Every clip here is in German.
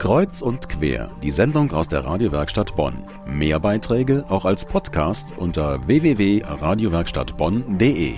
Kreuz und quer, die Sendung aus der Radiowerkstatt Bonn. Mehr Beiträge auch als Podcast unter www.radiowerkstattbonn.de.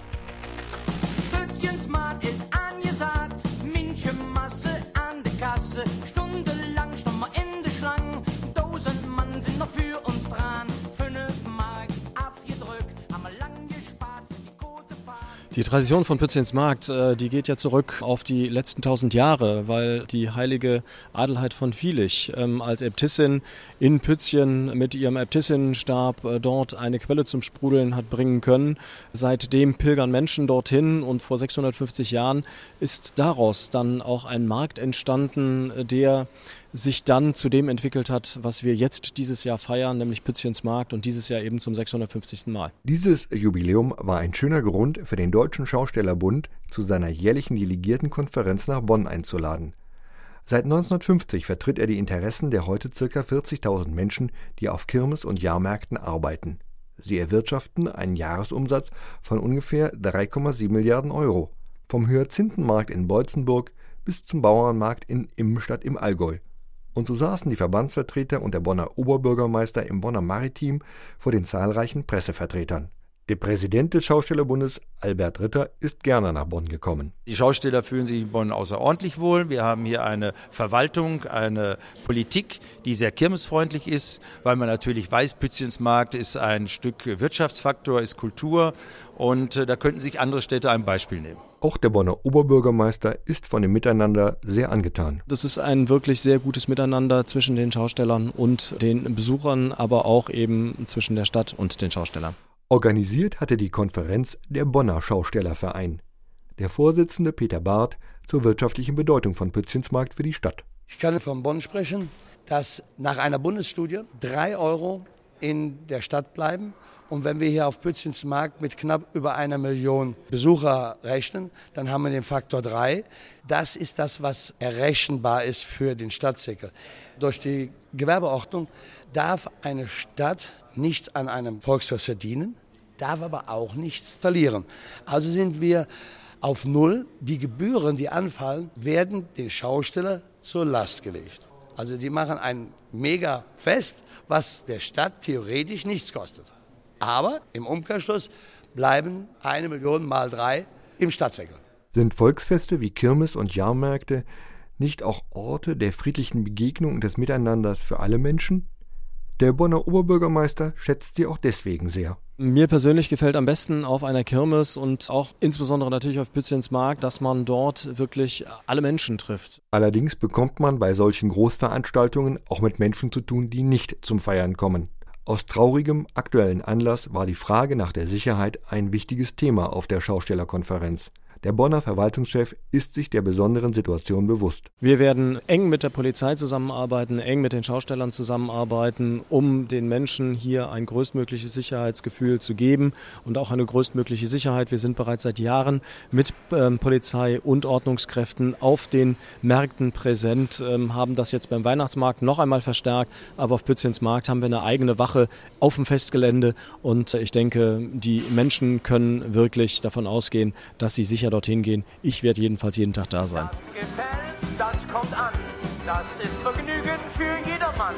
Pützchensmarkt ist angesagt, München Masse an der Kasse. Stundenlang stehen wir in der Schlange, 1000 Mann sind noch für uns dran. 5 Mark aufgedrückt, haben wir lang gespart für die gute Fahrt. Die Tradition von Pützchensmarkt, die geht ja zurück auf die letzten 1000 Jahre, weil die heilige Adelheid von Vilich als Äbtissin in Pützchen mit ihrem Äbtissinnenstab dort eine Quelle zum Sprudeln hat bringen können. Seitdem pilgern Menschen dorthin und vor 650 Jahren ist daraus dann auch ein Markt entstanden, der sich dann zu dem entwickelt hat, was wir jetzt dieses Jahr feiern, nämlich Pützchensmarkt und dieses Jahr eben zum 650. Mal. Dieses Jubiläum war ein schöner Grund für den Deutschen Schaustellerbund, zu seiner jährlichen Delegiertenkonferenz nach Bonn einzuladen. Seit 1950 vertritt er die Interessen der heute ca. 40.000 Menschen, die auf Kirmes- und Jahrmärkten arbeiten. Sie erwirtschaften einen Jahresumsatz von ungefähr 3,7 Milliarden Euro. Vom Hyazinthenmarkt in Boitzenburg bis zum Bauernmarkt in Immenstadt im Allgäu. Und so saßen die Verbandsvertreter und der Bonner Oberbürgermeister im Bonner Maritim vor den zahlreichen Pressevertretern. Der Präsident des Schaustellerbundes, Albert Ritter, ist gerne nach Bonn gekommen. Die Schausteller fühlen sich in Bonn außerordentlich wohl. Wir haben hier eine Verwaltung, eine Politik, die sehr kirmesfreundlich ist, weil man natürlich weiß, Pützchensmarkt ist ein Stück Wirtschaftsfaktor, ist Kultur und da könnten sich andere Städte ein Beispiel nehmen. Auch der Bonner Oberbürgermeister ist von dem Miteinander sehr angetan. Das ist ein wirklich sehr gutes Miteinander zwischen den Schaustellern und den Besuchern, aber auch eben zwischen der Stadt und den Schaustellern. Organisiert hatte die Konferenz der Bonner Schaustellerverein. Der Vorsitzende Peter Barth zur wirtschaftlichen Bedeutung von Pützchensmarkt für die Stadt. Ich kann von Bonn sprechen, dass nach einer Bundesstudie 3 Euro in der Stadt bleiben. Und wenn wir hier auf Pützchensmarkt mit knapp über 1 Million Besucher rechnen, dann haben wir den Faktor 3. Das ist das, was errechenbar ist für den Stadtzirkel. Durch die Gewerbeordnung darf eine Stadt nichts an einem Volksfest verdienen, darf aber auch nichts verlieren. Also sind wir auf Null. Die Gebühren, die anfallen, werden den Schausteller zur Last gelegt. Also die machen ein Mega-Fest, was der Stadt theoretisch nichts kostet. Aber im Umkehrschluss bleiben 1 Million mal 3 im Stadtzirkel. Sind Volksfeste wie Kirmes- und Jahrmärkte nicht auch Orte der friedlichen Begegnung und des Miteinanders für alle Menschen? Der Bonner Oberbürgermeister schätzt sie auch deswegen sehr. Mir persönlich gefällt am besten auf einer Kirmes und auch insbesondere natürlich auf Pützchensmarkt, dass man dort wirklich alle Menschen trifft. Allerdings bekommt man bei solchen Großveranstaltungen auch mit Menschen zu tun, die nicht zum Feiern kommen. Aus traurigem aktuellen Anlass war die Frage nach der Sicherheit ein wichtiges Thema auf der Schaustellerkonferenz. Der Bonner Verwaltungschef ist sich der besonderen Situation bewusst. Wir werden eng mit der Polizei zusammenarbeiten, eng mit den Schaustellern zusammenarbeiten, um den Menschen hier ein größtmögliches Sicherheitsgefühl zu geben und auch eine größtmögliche Sicherheit. Wir sind bereits seit Jahren mit Polizei und Ordnungskräften auf den Märkten präsent, haben das jetzt beim Weihnachtsmarkt noch einmal verstärkt, aber auf Pützchensmarkt haben wir eine eigene Wache auf dem Festgelände und ich denke, die Menschen können wirklich davon ausgehen, dass sie sicher dorthin gehen. Ich werde jedenfalls jeden Tag da sein. Das gefällt, das kommt an. Das ist Vergnügen für jedermann.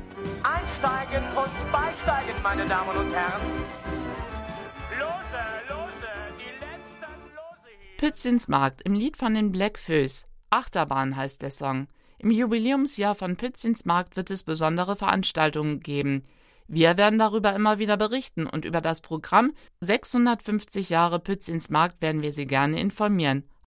Einsteigen und beisteigen, meine Damen und Herren. Lose, die letzten Lose hier. Pützchensmarkt im Lied von den Black Föß. Achterbahn heißt der Song. Im Jubiläumsjahr von Pützchensmarkt wird es besondere Veranstaltungen geben. Wir werden darüber immer wieder berichten und über das Programm 650 Jahre Pützchensmarkt werden wir Sie gerne informieren.